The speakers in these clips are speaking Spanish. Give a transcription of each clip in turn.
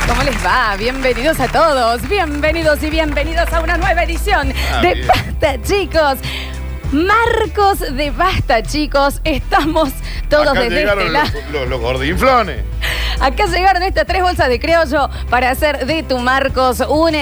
¿Cómo les va? Bienvenidos a todos, bienvenidos y bienvenidas a una nueva edición de bien. Basta, chicos. Marcos de Basta, chicos. Estamos todos Acá desde llegaron este lado. los gordinflones. Acá llegaron estas 3 bolsas de criollo para hacer de tu Marcos un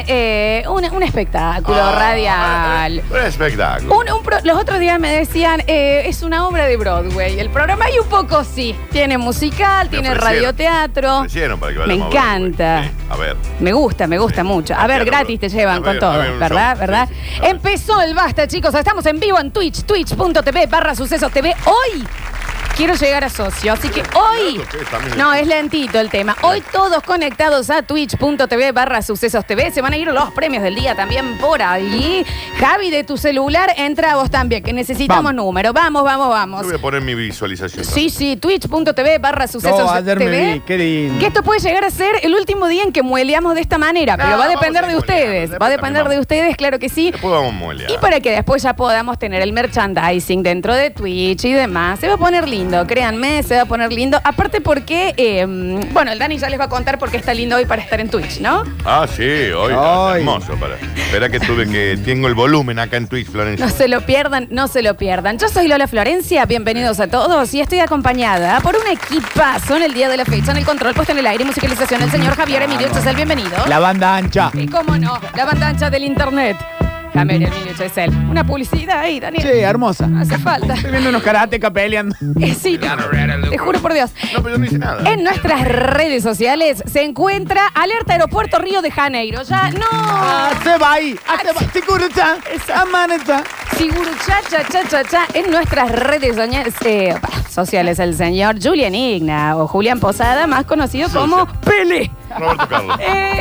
espectáculo radial. Un espectáculo. Los otros días me decían, es una obra de Broadway. El programa y un poco sí. Tiene musical, tiene ofrecieron. radioteatro. Ofrecieron para que Me vayamos a encanta. Broadway. Sí, a ver. Me gusta mucho. A ver, gratis te llevan con todo, un ¿verdad? show. ¿Verdad? Sí, sí. A ver. Empezó el Basta, chicos. Estamos en vivo en Twitch, twitch.tv/Sucesos TV. Hoy quiero llegar a socio, así que hoy... No, es lentito el tema. Hoy todos conectados a twitch.tv/Sucesos TV. Se van a ir los premios del día también por ahí. Javi, de tu celular, entra vos también, que necesitamos número. Vamos. Yo voy a poner mi visualización. Sí, twitch.tv/Sucesos ayer me TV. vi, qué lindo. Que esto puede llegar a ser el último día en que mueleamos de esta manera, pero va a depender de ustedes. Va a depender de ustedes, claro que sí. Después vamos a molear. Y para que después ya podamos tener el merchandising dentro de Twitch y demás. Se va a poner lindo, créanme, se va a poner lindo. Aparte porque, el Dani ya les va a contar por qué está lindo hoy para estar en Twitch, ¿no? Ah, sí, hoy Ay. hermoso. Espera que tengo el volumen acá en Twitch, Florencia. No se lo pierdan. Yo soy Lola Florencia, bienvenidos a todos y estoy acompañada por un equipazo en el día de la fecha, en el control, puesto en el aire y musicalización, el señor Javier Emilio Chesel, bienvenido. La banda ancha. Y cómo no, la banda ancha del internet. Javier Emilio Chesel. Una publicidad ahí, Daniel. Sí, hermosa. Hace falta. Estoy viendo unos karatecas peleando. Sí, te juro por Dios. No, pero yo no hice nada. En nuestras redes sociales se encuentra Alerta Aeropuerto Río de Janeiro. Ya, no. Se va ahí. Sigurucha. Amaneta. Siguro, cha. En nuestras redes sociales, el señor Julián Igna o Julián Posada, más conocido como Pele. Roberto Carlos.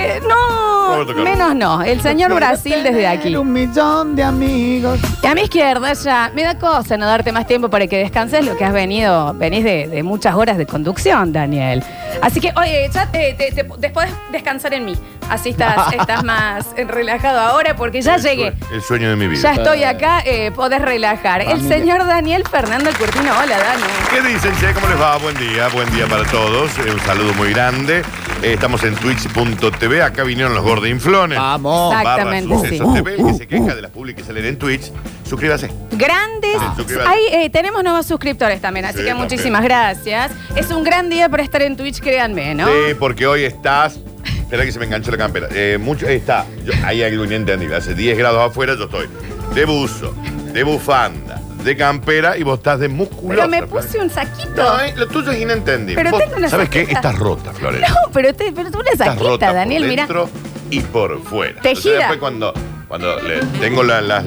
No, Roberto Carlos. menos no. El señor Brasil desde aquí. 1 millón de amigos. Y a mi izquierda ya me da cosa no darte más tiempo para que descanses lo que has venís de muchas horas de conducción, Daniel. Así que, oye, ya después descansar en mí. Así estás más relajado ahora porque ya llegué. El sueño de mi vida. Ya estoy acá, podés relajar. El señor Daniel Fernando El Curtino. Hola, Dani. ¿Qué dicen, che? ¿Cómo les va? Buen día para todos. Un saludo muy grande. Estamos en twitch.tv. Acá vinieron los gordinflones. Vamos. Exactamente, sí. Sucesos TV. El que se queja de las publics que salen en Twitch, suscríbase. Grandes. suscríbete. Tenemos nuevos suscriptores también, así Sí, que también. muchísimas gracias. Es un gran día para estar en Twitch, créanme, ¿no? Sí, porque hoy estás. Espera que se me enganchó la campera. Hay algo inentendible. Hace 10 grados afuera, yo estoy de buzo, de bufanda, de campera y vos estás de musculosa. Pero me puse un saquito. No, lo tuyo es inentendible. Pero Vos, tengo una ¿sabes qué? saquita. Estás rota, Florencia. No, pero tú una Estás rota saquita, Daniel, por mira. dentro y por fuera. Tejida. Entonces después cuando tengo las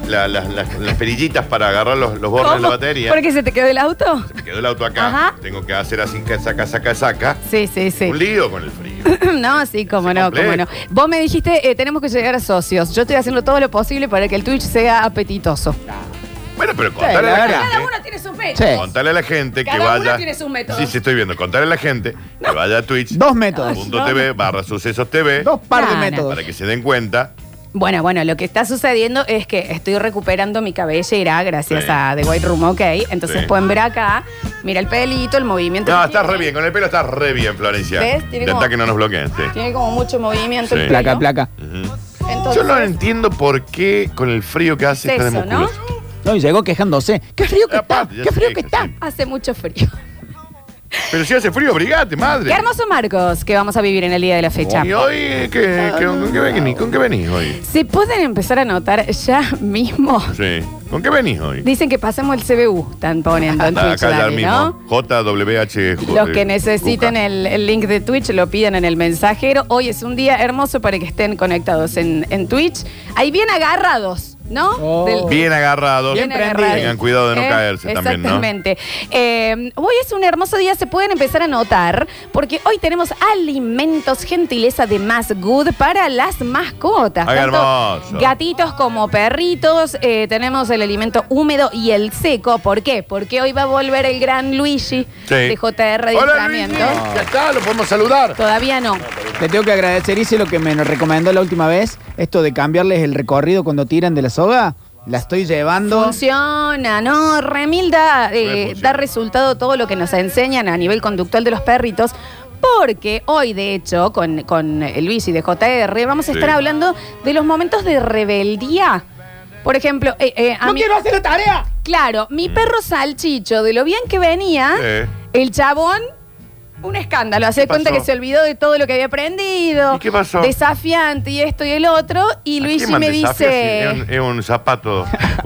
perillitas para agarrar los bordes de la batería, ¿Por qué se te quedó el auto? se me quedó el auto acá, Ajá. tengo que hacer así, que saca. Sí. Un lío con el frío. No, sí, cómo no. complejo. Vos me dijiste, tenemos que llegar a socios. Yo estoy haciendo todo lo posible para que el Twitch sea apetitoso. Bueno, pero contale a la claro. Cada gente. uno tiene sus métodos. Sí. Contale a la gente que Cada uno vaya. tiene sus métodos. Sí, estoy viendo. Contale a la gente que vaya a Twitch. 2 métodos. .tv/Sucesos TV 2 par de No, no. métodos. para que se den cuenta. Bueno, lo que está sucediendo es que estoy recuperando mi cabellera gracias Sí. a The White Room, ¿ok? Entonces Sí. pueden ver acá, mira el pelito, el movimiento. No, que estás tiene. re bien. Con el pelo estás re bien, Florencia. ¿Ves? Tiene Intenta como- que no nos bloqueen. Sí. Tiene como mucho movimiento Sí. el pelo. Placa. Entonces, Yo no entiendo por qué con el frío que hace Es está de eso, ¿no? musculoso. No, y llegó quejándose. ¡Qué frío que está! Aparte, ya ¡Qué se frío que queja, está! sí. hace mucho frío. Pero si hace frío, abrigate, madre. Qué hermoso Marcos que vamos a vivir en el día de la fecha. ¿Y hoy con qué venís hoy? ¿Se pueden empezar a notar ya mismo? Sí. ¿Con qué venís hoy? Dicen que pasemos el CBU, están poniendo en Twitch, Acá ya Dani, mismo. ¿no? JWH. Los que necesiten el link de Twitch lo piden en el mensajero. Hoy es un día hermoso para que estén conectados en Twitch. Ahí bien agarrados, ¿no? Oh. Bien agarrados. Bien prendidos. agarrados. Tengan cuidado de no caerse también, ¿no? Exactamente. Hoy es un hermoso día, se pueden empezar a notar, porque hoy tenemos alimentos, gentileza de Más Good para las mascotas. Ay, Tanto hermoso. gatitos como perritos. Tenemos el alimento húmedo y el seco. ¿Por qué? Porque hoy va a volver el gran Luigi de JR de Hola, Luigi. Entrenamiento. Ya está, lo podemos saludar. Todavía no. Le tengo que agradecer, hice lo que me recomendó la última vez, esto de cambiarles el recorrido cuando tiran de la soga. La estoy llevando. Funciona, ¿no? Remil da Funciona. resultado todo lo que nos enseñan a nivel conductual de los perritos. Porque hoy, de hecho, con Luis y de JR, vamos a estar Sí. hablando de los momentos de rebeldía. Por ejemplo, ¡No quiero hacer la tarea! Claro, mi perro Salchicho, de lo bien que venía, el chabón, un escándalo. Hace cuenta pasó? que se olvidó de todo lo que había aprendido. ¿Y qué pasó? Desafiante y esto y el otro. Y ¿A Luigi quién más me desafía dice... si es un zapato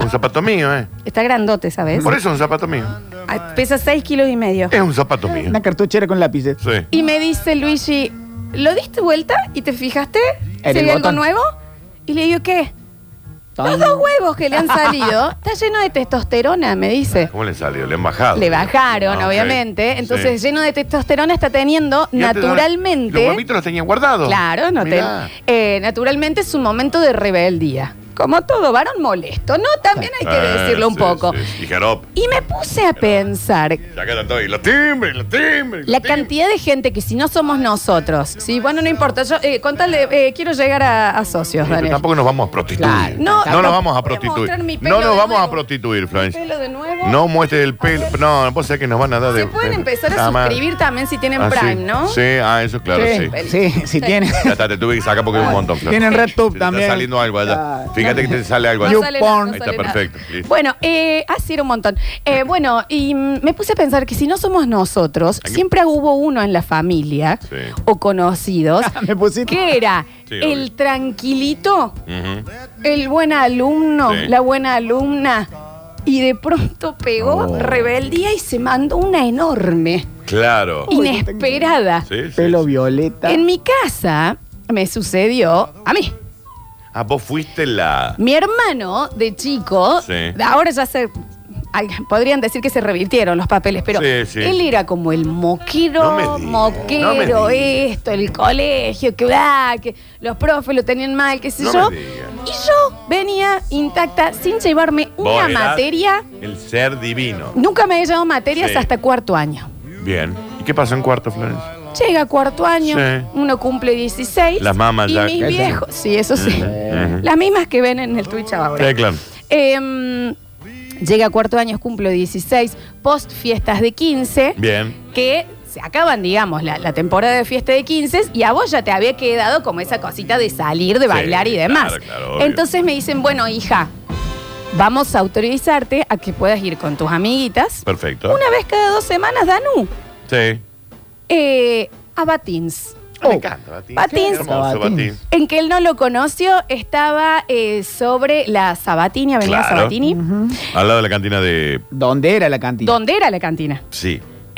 mío, ¿eh? Está grandote, ¿sabes? Por eso es un zapato mío. Pesa 6,5 kilos. Es un zapato mío. Una cartuchera con lápices. Sí. Y me dice Luigi, ¿lo diste vuelta y te fijaste? En ¿Se el ve algo botón. nuevo? Y le digo, ¿qué? Los 2 huevos que le han salido, está lleno de testosterona, me dice. ¿Cómo le salió? ¿Le han bajado? Le bajaron, Ah, ok. obviamente. Entonces, Sí. lleno de testosterona está teniendo Y antes naturalmente. ¿Los huevitos los tenían guardados? Claro, Mirá. naturalmente es un momento de rebeldía. Como todo varón molesto, ¿no? También hay que decirlo un sí, poco. sí. Y Jarop. Y me puse a pensar Ya quedan todos. Y los timbres, los timbres. la los timbres. cantidad de gente que si no somos nosotros, sí, bueno, no importa, yo contale, quiero llegar a socios, Pero Daniel. tampoco nos vamos a prostituir. Claro. No, No nos vamos a voy a prostituir. mostrar mi pelo No nos de vamos nuevo. a prostituir, Florencia. ¿Pelo de nuevo? No muestres el pelo. No, vos sabés que nos van a dar de. Se pueden empezar a Nada más. suscribir también si tienen Ah, sí. Prime, ¿no? Sí, eso claro, sí. Sí, si tiene. Ya está, te tuve que sacar porque es un montón, Flor. Tienen RedTube Se te también. Está saliendo algo allá. Ah, Fíjate que te sale algo allá. No You sale porn. nada, no Ahí está sale nada. perfecto, listo. Bueno, así era un montón. Bueno, y me puse a pensar que si no somos nosotros, Aquí. siempre hubo uno en la familia Sí. o conocidos Me pusiste. que era Sí, el obvio. tranquilito, Ujú. el buen alumno, Sí. la buena alumna. Y de pronto pegó Oh. rebeldía y se mandó una enorme, Claro. inesperada. Sí, sí, Pelo sí. violeta. En mi casa me sucedió a mí. Ah, vos fuiste la. Mi hermano de chico, Sí. ahora ya podrían decir que se revirtieron los papeles, pero Sí, sí. él era como el moquero, No me digas, moquero, no me digas. esto, el colegio, que los profes lo tenían mal, qué sé No yo. me digas. Y yo venía intacta sin llevarme Vos una eras materia. El ser divino. Nunca me he llevado materias Sí. hasta 4º año. Bien. ¿Y qué pasó en cuarto, Florencia? Llega 4º año, Sí. uno cumple 16. Las mamás y ya- mis Eso sí. viejos, sí, eso sí. Ujú. Las mismas que ven en el Twitch ahora. Sí, claro. Llega 4º año, cumplo 16, post fiestas de 15, Bien. que se acaban, digamos, la temporada de fiesta de 15 y a vos ya te había quedado como esa cosita de salir, de Sí, bailar y demás. claro, claro, obvio. Entonces me dicen, bueno, hija, vamos a autorizarte a que puedas ir con tus amiguitas Perfecto. una vez cada 2 semanas, Danú, Sí. a Batins. Me encanta, Batín. Batins. Hermoso, Batín. En que él no lo conoció, estaba sobre la Sabatini, Avenida Claro. Sabatini. Al lado de la cantina de. ¿Dónde era la cantina? ¿Dónde era la cantina? Sí.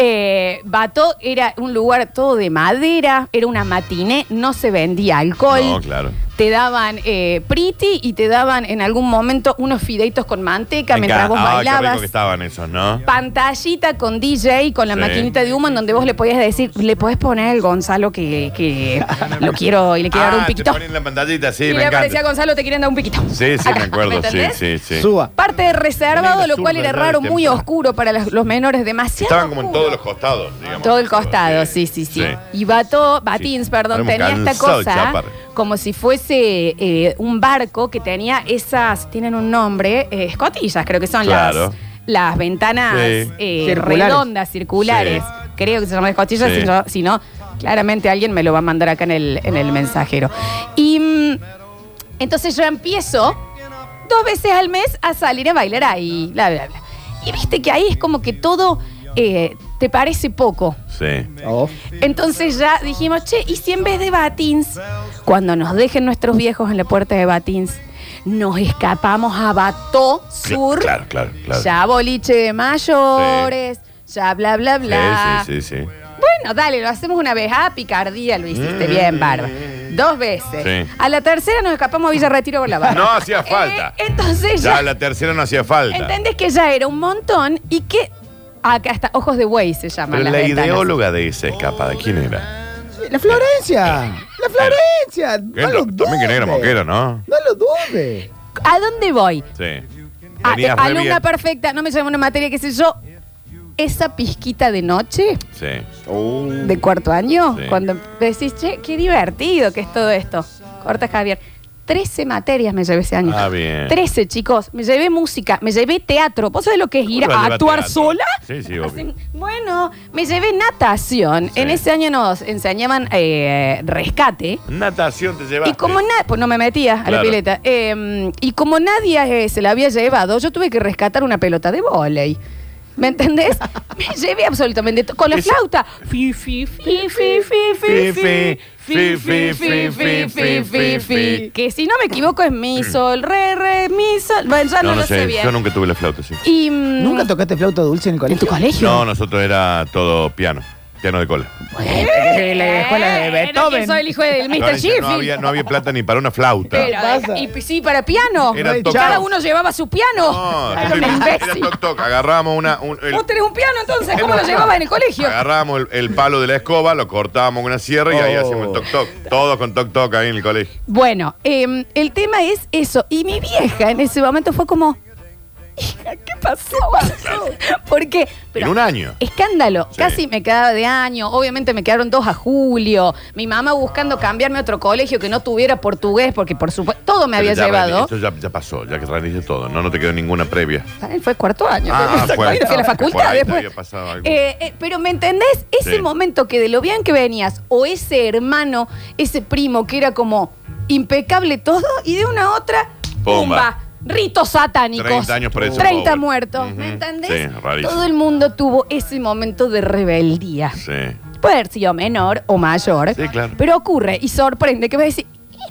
Bató era un lugar todo de madera, era una matiné, no se vendía alcohol. No, claro. Te daban priti y te daban en algún momento unos fideitos con manteca mientras vos Qué rico bailabas. que estaban esos, ¿no? Pantallita con DJ, con la Sí. maquinita de humo, en donde vos le podías decir, le podés poner el Gonzalo que lo quiero y le quiero dar un te piquito. ponen la pantallita, sí, y me le aparecía encanta. Gonzalo, te quieren dar un piquito. Sí, sí, Acá, me acuerdo, ¿me sí, entendés? sí, sí. Suba. Parte de reservado, Tenía lo cual la era zurda raro, de muy temprano. oscuro para los menores, demasiado. Estaban como en oscuro. todos los costados, digamos. Todo el costado, sí, sí, sí. Y Batins, perdón, Estaremos tenía esta cansados, cosa Chapar. como si fuese un barco que tenía esas, tienen un nombre, escotillas, creo que son Claro. las ventanas Sí. Circulares. redondas, circulares. Sí. Creo que se llaman escotillas, Sí. si no, claramente alguien me lo va a mandar acá en el mensajero. Y entonces yo empiezo 2 veces al mes a salir a bailar ahí, bla, bla, bla. Y viste que ahí es como que todo te parece poco. Sí. Oh. Entonces ya dijimos, che, ¿y si en vez de Batins, cuando nos dejen nuestros viejos en la puerta de Batins, nos escapamos a Bató Sur? Claro. Ya boliche de mayores, ya bla, bla, bla. Sí. Bueno, dale, lo hacemos una vez. Picardía, lo hiciste bien, Barba. 2 veces. Sí. A la tercera nos escapamos a Villa Retiro con la barba. No hacía falta. Entonces Ya ya, la tercera no hacía falta. entendés que ya era un montón y que... Acá está, ojos de buey se llaman Pero las la ventanas. ideóloga de esa escapada, ¿quién era? ¡La Florencia! ¡La Florencia! No lo También que negra dudes. moquera, ¿no? No lo dudes. ¿A dónde voy? Sí. A- Venías re alumna bien. perfecta, no me llamo una materia, qué sé yo. Esa pizquita de noche Sí. de 4º año, Sí. cuando decís, che, qué divertido que es todo esto. Corta, Javier. 13 materias me llevé ese año. Ah, bien. 13, chicos. Me llevé música, me llevé teatro. ¿Vos sabés lo que es ir ¿Cómo a te vas actuar teatro? sola? Sí, sí, obvio. Bueno, me llevé natación. Sí. En ese año nos enseñaban rescate. Natación te llevaste. Y como pues no me metía a la Claro. pileta. Y como nadie se la había llevado, yo tuve que rescatar una pelota de vóley. ¿Me entendés? Me llevé absolutamente todo. Con la flauta. Fi, fi, fi, fi, fi, fi, fi. Fi, fi, fi, fi, fi, fi, fi. Que si no me equivoco es mi, sol, re, mi, sol. Bueno, ya no lo sé bien. Yo nunca tuve la flauta, sí. Y, ¿Nunca tocaste flauta dulce en el ¿en tu colegio? colegio? No, nosotros era todo piano de cola. La escuela de Beethoven. Que soy el hijo del Mr. Sheffield. No había plata ni para una flauta. Pero, pasa? y sí, para piano. Era Y cada uno llevaba su piano. No, Era un era imbécil. toc. Agarramos ¿Vos tenés un piano entonces? ¿Cómo lo llevabas en el colegio? Agarrábamos el palo de la escoba, lo cortábamos con una sierra y ahí hacíamos el toc. Todos con toc ahí en el colegio. Bueno, el tema es eso. Y mi vieja en ese momento fue como, hija, ¿qué pasó? Porque, En un año. escándalo, Sí. casi me quedaba de año, obviamente me quedaron 2 a julio, mi mamá buscando cambiarme a otro colegio que no tuviera portugués, porque por supuesto, todo me había Pero ya, llevado. Esto ya pasó, ya que rendiste todo. No te quedó ninguna previa. Fue 4º año. Fue. Fui a la facultad Por ahí te después. había pasado algo. Pero ¿me entendés? Ese Sí. momento que de lo bien que venías, o ese hermano, ese primo que era como impecable todo, y de una a otra, Pumba. ritos satánicos. 30 años preso, 30 pobre. muertos. Ujú. ¿Me entendés? Sí, rarísimo. Todo el mundo tuvo ese momento de rebeldía. Sí. Puede haber sido menor o mayor. Sí, claro. Pero ocurre y sorprende que vas a decir,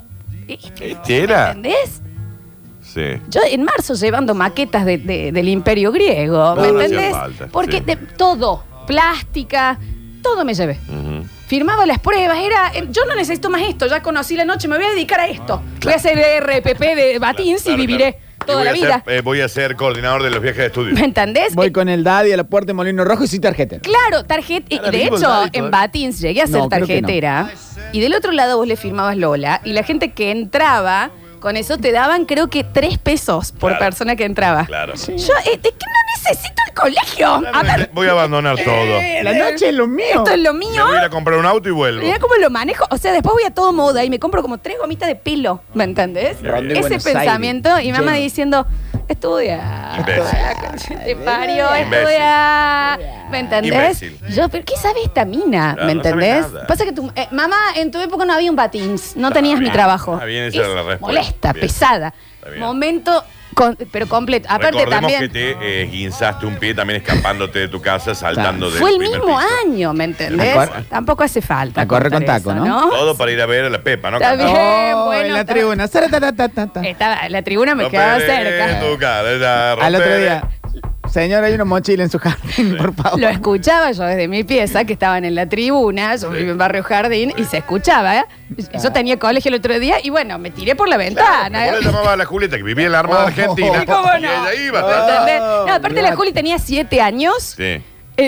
¿Este era? ¿entendés? Sí. Yo en marzo llevando maquetas del Imperio Griego, ¿me No hacía entendés? falta, Porque sí. de todo, plástica, todo me llevé. Ujú. Firmaba las pruebas, yo no necesito más esto, ya conocí la noche, me voy a dedicar a esto. Voy a hacer RPP de Batins Claro, y viviré claro. toda Y la voy a vida. ser, voy a ser coordinador de los viajes de estudio. ¿Me entendés? Voy con el daddy a la puerta de Molino Rojo y sin tarjeta. Claro, tarjeta. Ahora De vivo el hecho, daddy en todavía. Batins llegué a ser No, creo que no. tarjetera. Y del otro lado vos le firmabas Lola. Y la gente que entraba, con eso te daban creo que 3 pesos por Claro. persona que entraba. Claro. Yo, ¿de qué no necesito el colegio? A ver, Voy a abandonar todo. La noche es lo mío. esto es lo Me mío. voy a ir a comprar un auto y vuelvo. Mirá cómo lo manejo. O sea, después voy a todo moda y me compro como 3 gomitas de pelo. ¿Me entendés? Ronda de Ese Buenos pensamiento. Aires. Y mamá Lleno. diciendo, estudia. Imbécil. Te parió, Imbécil. estudia. ¿Me entendés? Imbécil. Yo, ¿pero qué sabe esta mina? Claro, ¿Me no sabe entendés? nada. Pasa que mamá, en tu época no había un Batins. No Está tenías mi bien, trabajo. está bien, esa era la respuesta. molesta, Bien. pesada. Está bien. Momento, pero completo. Aparte Recordemos también. que te guinzaste un pie también escapándote de tu casa, saltando del Fue el primer mismo piso. año, ¿me entendés? A correr. Tampoco hace falta. A correr contar con taco, eso, ¿no? Todo para ir a ver a la Pepa, ¿no? Está bien. Oh, bueno, en la estaba- tribuna. Saratatatata. La tribuna me quedaba cerca. Tu cara, ya, Al otro romper. día. Señor, hay una mochila en su jardín, por favor. Lo escuchaba yo desde mi pieza, que estaban en la tribuna, yo vivo en Barrio Jardín, y se escuchaba, ¿eh? Yo tenía colegio el otro día y bueno, me tiré por la ventana. Claro, le llamaba a la Julieta que vivía en la Armada Oh, Argentina. ¿Y cómo no? Y ella iba. ¿Me entendés? No, aparte la olvidate. Juli tenía 7 años. Sí.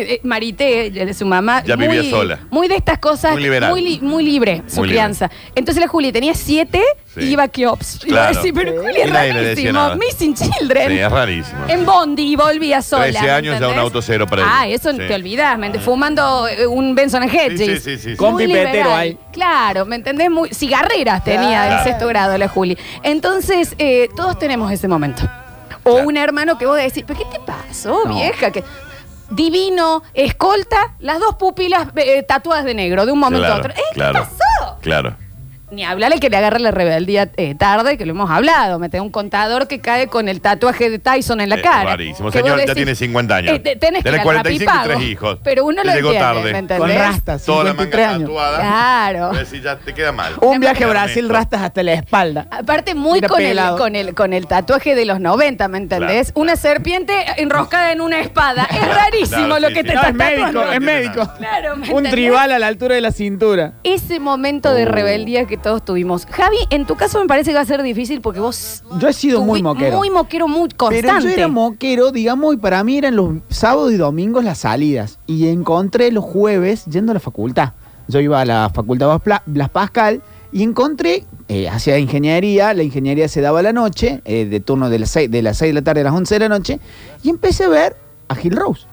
Marité, su mamá. Ya vivía sola. Muy de estas cosas. Muy liberal. Muy libre su Muy crianza. Entonces la Juli tenía 7 Sí. y iba a Kiops. Iba Claro. a decir, pero Juli es Y nadie le decía rarísimo. nada. Missing Children. Sí, es rarísimo. En Bondi y volvía sola. 13 ¿me años ya entendés? un auto cero para ella. Ah, eso Sí. te olvidás, ¿me entendés? Fumando un Benson Hedges. Sí. Con Muy pipetero liberal. ahí. Claro, ¿me entendés? Muy cigarreras tenía en Claro. 6º grado la Juli. Entonces, todos tenemos ese momento. O Claro. un hermano que vos decís, ¿pero qué te pasó, No. vieja? Que divino, escolta, las 2 pupilas tatuadas de negro de un momento a otro. claro, ¿Qué pasó? Claro. Ni hablarle que le agarre la rebeldía tarde, que lo hemos hablado. Mete un contador que cae con el tatuaje de Tyson en la cara. Rarísimo. Que Señor, vos ya decís, tiene 50 años. tenés que ir al 45 y rapipago. 3 hijos. Pero uno Te lo llegó entiende, tarde. ¿me entendés? Con rastas, Toda la 53 manga años. tatuada. Claro. Pero si ya te queda mal. Un viaje a Ernesto. Brasil, rastas hasta la espalda. Aparte, muy Mira, pelado. con el tatuaje de los 90, ¿me entendés? Claro. Una serpiente enroscada en una espada. Es rarísimo Claro, lo sí, que sí. te No, estás es médico, tatuando. es médico. Claro, ¿me Un entendés? tribal a la altura de la cintura. Ese momento de rebeldía que todos tuvimos. Javi, en tu caso me parece que va a ser difícil porque vos... Yo he sido muy moquero. Muy moquero, muy constante. Pero yo era moquero, digamos, y para mí eran los sábados y domingos las salidas. Y encontré los jueves yendo a la facultad. Yo iba a la facultad Blas Pascal y encontré, hacía ingeniería, la ingeniería se daba a la noche, de turno de las 6 de la tarde a las 11 de la noche, y empecé a ver a Gil Rose.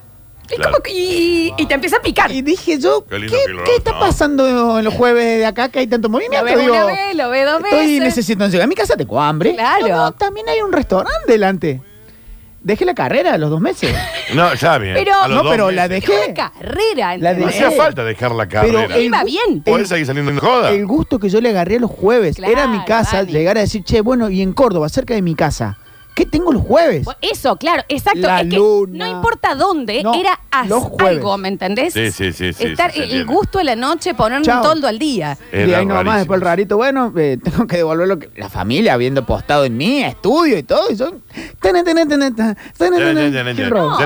Y, Claro. como que- y te empieza a picar. Y dije yo, Qué lindo que lo ¿qué está ¿no? pasando en los jueves de acá que hay tanto Lo movimiento? ves Digo, una vez, lo ves dos estoy veces. necesitando llegar a mi casa, tengo hambre. Claro. No, también hay un restaurante delante. Dejé la carrera a los 2 meses. No, ya bien. Pero- A los No, 2 pero meses. la dejé. Una carrera. La No ¿entendés? hacía dejé. falta dejar la carrera. Pero Iba bien. Podés seguir saliendo en joda. El gusto que yo le agarré a los jueves Claro, era mi casa, Dani. llegar a decir, che, bueno, y en Córdoba, cerca de mi casa, ¿qué tengo los jueves? Eso, claro, exacto. La es que luna. no importa dónde, No, era los jueves. algo, ¿me entendés? Sí. Estar sí, se el entiende. gusto de la noche, poner un Chao. toldo al día. Y de Era ahí nomás, rarísimo. después el rarito, bueno, tengo que devolver lo que la familia habiendo postado en mí, estudio y todo. Y yo, qué robo.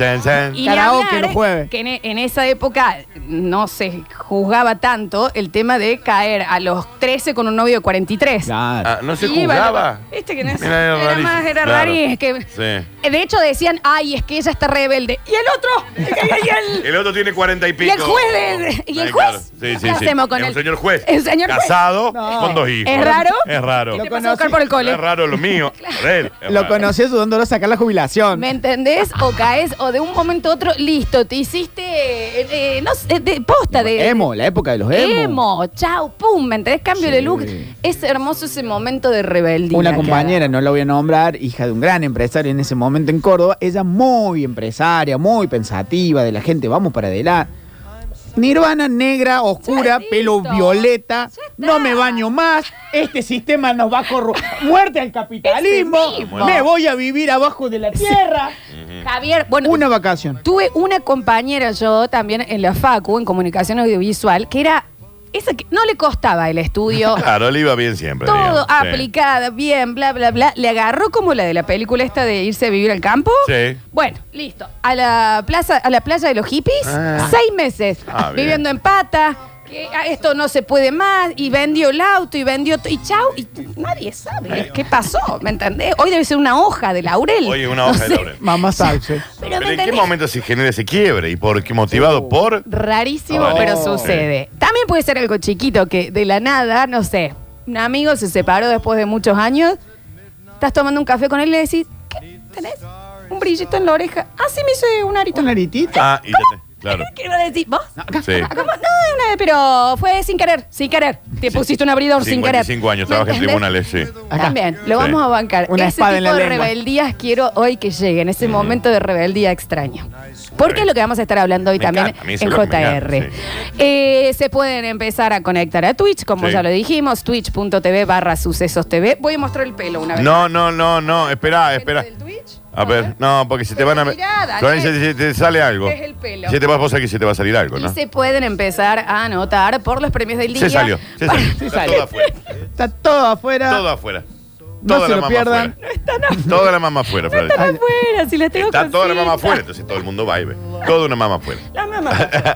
Y ni Karaoke hablar los jueves. que en esa época no se juzgaba tanto el tema de caer a los 13 con un novio de 43. Claro. Ah, no se Y iba, jugaba. Este que no es- Mira, era era rarísimo, más, era claro. rarísimo. Que, Sí. de hecho decían, ay, es que ella está rebelde. Y el otro, El otro tiene 40 y y pico. el juez, ¿y el Sí, juez? claro. Sí, ¿Qué hacemos con es él? un señor juez. El señor juez. Casado No. con 2 hijos. ¿Es raro? Es raro. ¿Qué Lo te pasa a buscar conocí. por el cole? Es raro lo mío. Joder, es Lo raro. conocí ayudándolo a sacar la jubilación. ¿Me entendés? O caes, o de un momento a otro, listo, te hiciste, no sé, de posta de... Emo, la época de los emo. Emo, chau, pum, ¿me entendés? Cambio Sí. de look. Es hermoso ese momento de rebeldía. Una que compañera, no la voy a nombrar, hija de un gran empresario en ese momento en Córdoba, ella muy empresaria, muy pensativa, de la gente, vamos para adelante. Nirvana negra, oscura, Ya pelo listo. violeta, Ya está. no me baño más, este sistema nos va a corromper. Muerte al capitalismo, Ese mismo. me voy a vivir abajo de la tierra. Javier, bueno, Una vacación. tuve una compañera yo también en la Facu, en comunicación audiovisual, que era esa que no le costaba el estudio. Claro, le iba bien siempre. Todo digamos. Sí. aplicada, bien, bla, bla, bla. Le agarró como la de la película esta de irse a vivir al campo. Sí. Bueno, listo. A la playa de los hippies, Ah. 6 meses. Bien. Viviendo en pata. Que esto no se puede más. Y vendió el auto y vendió. Y chau. Y nadie sabe qué pasó. ¿Me entendés? Hoy debe ser una hoja de laurel. Oye, una No hoja de sé. laurel. Mamá salse. Pero ¿Pero ¿me en qué entendés? momento se genera ese quiebre? ¿Y por qué motivado? ¿Por? Rarísimo, Oh. pero sucede. También puede ser algo chiquito que de la nada, no sé, un amigo se separó después de muchos años, estás tomando un café con él y le decís, ¿qué tenés? Un brillito en la oreja. Ah, sí, me hice un arito. Con la aritita. Ah, y ya te. Claro. ¿Qué lo decís? ¿Vos? Sí. Ah, ¿cómo? No, pero fue sin querer, sin querer. Te pusiste un abridor sin querer. 55 años, ¿Me trabajé en entendés? tribunales, sí. Acá. También, lo Sí. vamos a bancar. Una Ese espada tipo en la de lengua. rebeldías quiero hoy que lleguen, ese momento de rebeldía extraño. Porque es lo que vamos a estar hablando hoy Me también encanta, a mí eso en es lo que me JR. encanta, Se pueden empezar a conectar a Twitch, como Sí. ya lo dijimos, twitch.tv/sucesos TV. Voy a mostrar el pelo una vez. No, espera. ¿Del Twitch? A ver, no, porque se te van a. Mirá, Daniel. Florencia, te sale algo. Es el pelo. Si te vas a que se te va a salir algo, Y ¿no? se pueden empezar a anotar por los premios del día. Se salió. Para- Sí Está salió. todo afuera. Está todo afuera. Todo afuera. No Toda se la lo mamá pierdan. afuera. Toda la mamá afuera, Florencia. Están afuera, si las tengo Está toda la mamá cositas. afuera, entonces todo el mundo va y ve. Toda una mamá afuera. La mamá.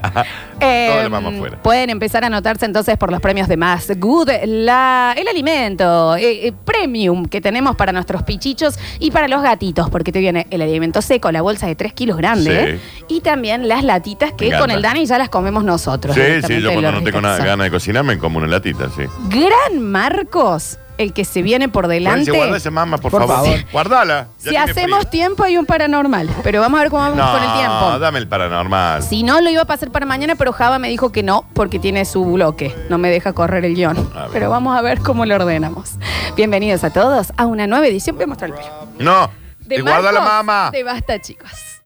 Toda la mamá afuera. Pueden empezar a anotarse entonces por los premios de Más Good, el alimento premium que tenemos para nuestros pichichos y para los gatitos, porque te viene el alimento seco, la bolsa de 3 kilos grande, y también las latitas que Me con encanta. el Dani ya las comemos nosotros. Sí, directamente yo de cuando lo no tengo ricas que son. ganas de cocinar me como una latita, sí. Gran Marcos, el que se viene por delante. Florencia, guarda esa mamá, por Por favor. favor. Guardala. Ya Si tiene hacemos frío. tiempo hay un paranormal, pero vamos a ver cómo vamos con el tiempo. No, dame el paranormal. Si no, lo iba a pasar para mañana, pero Java me dijo que no, porque tiene su bloque. No me deja correr el guión. A ver. Pero vamos a ver cómo lo ordenamos. Bienvenidos a todos a una nueva edición. Voy a mostrar el pelo. No, De te guarda la Marcos, mamá. De Basta, chicos.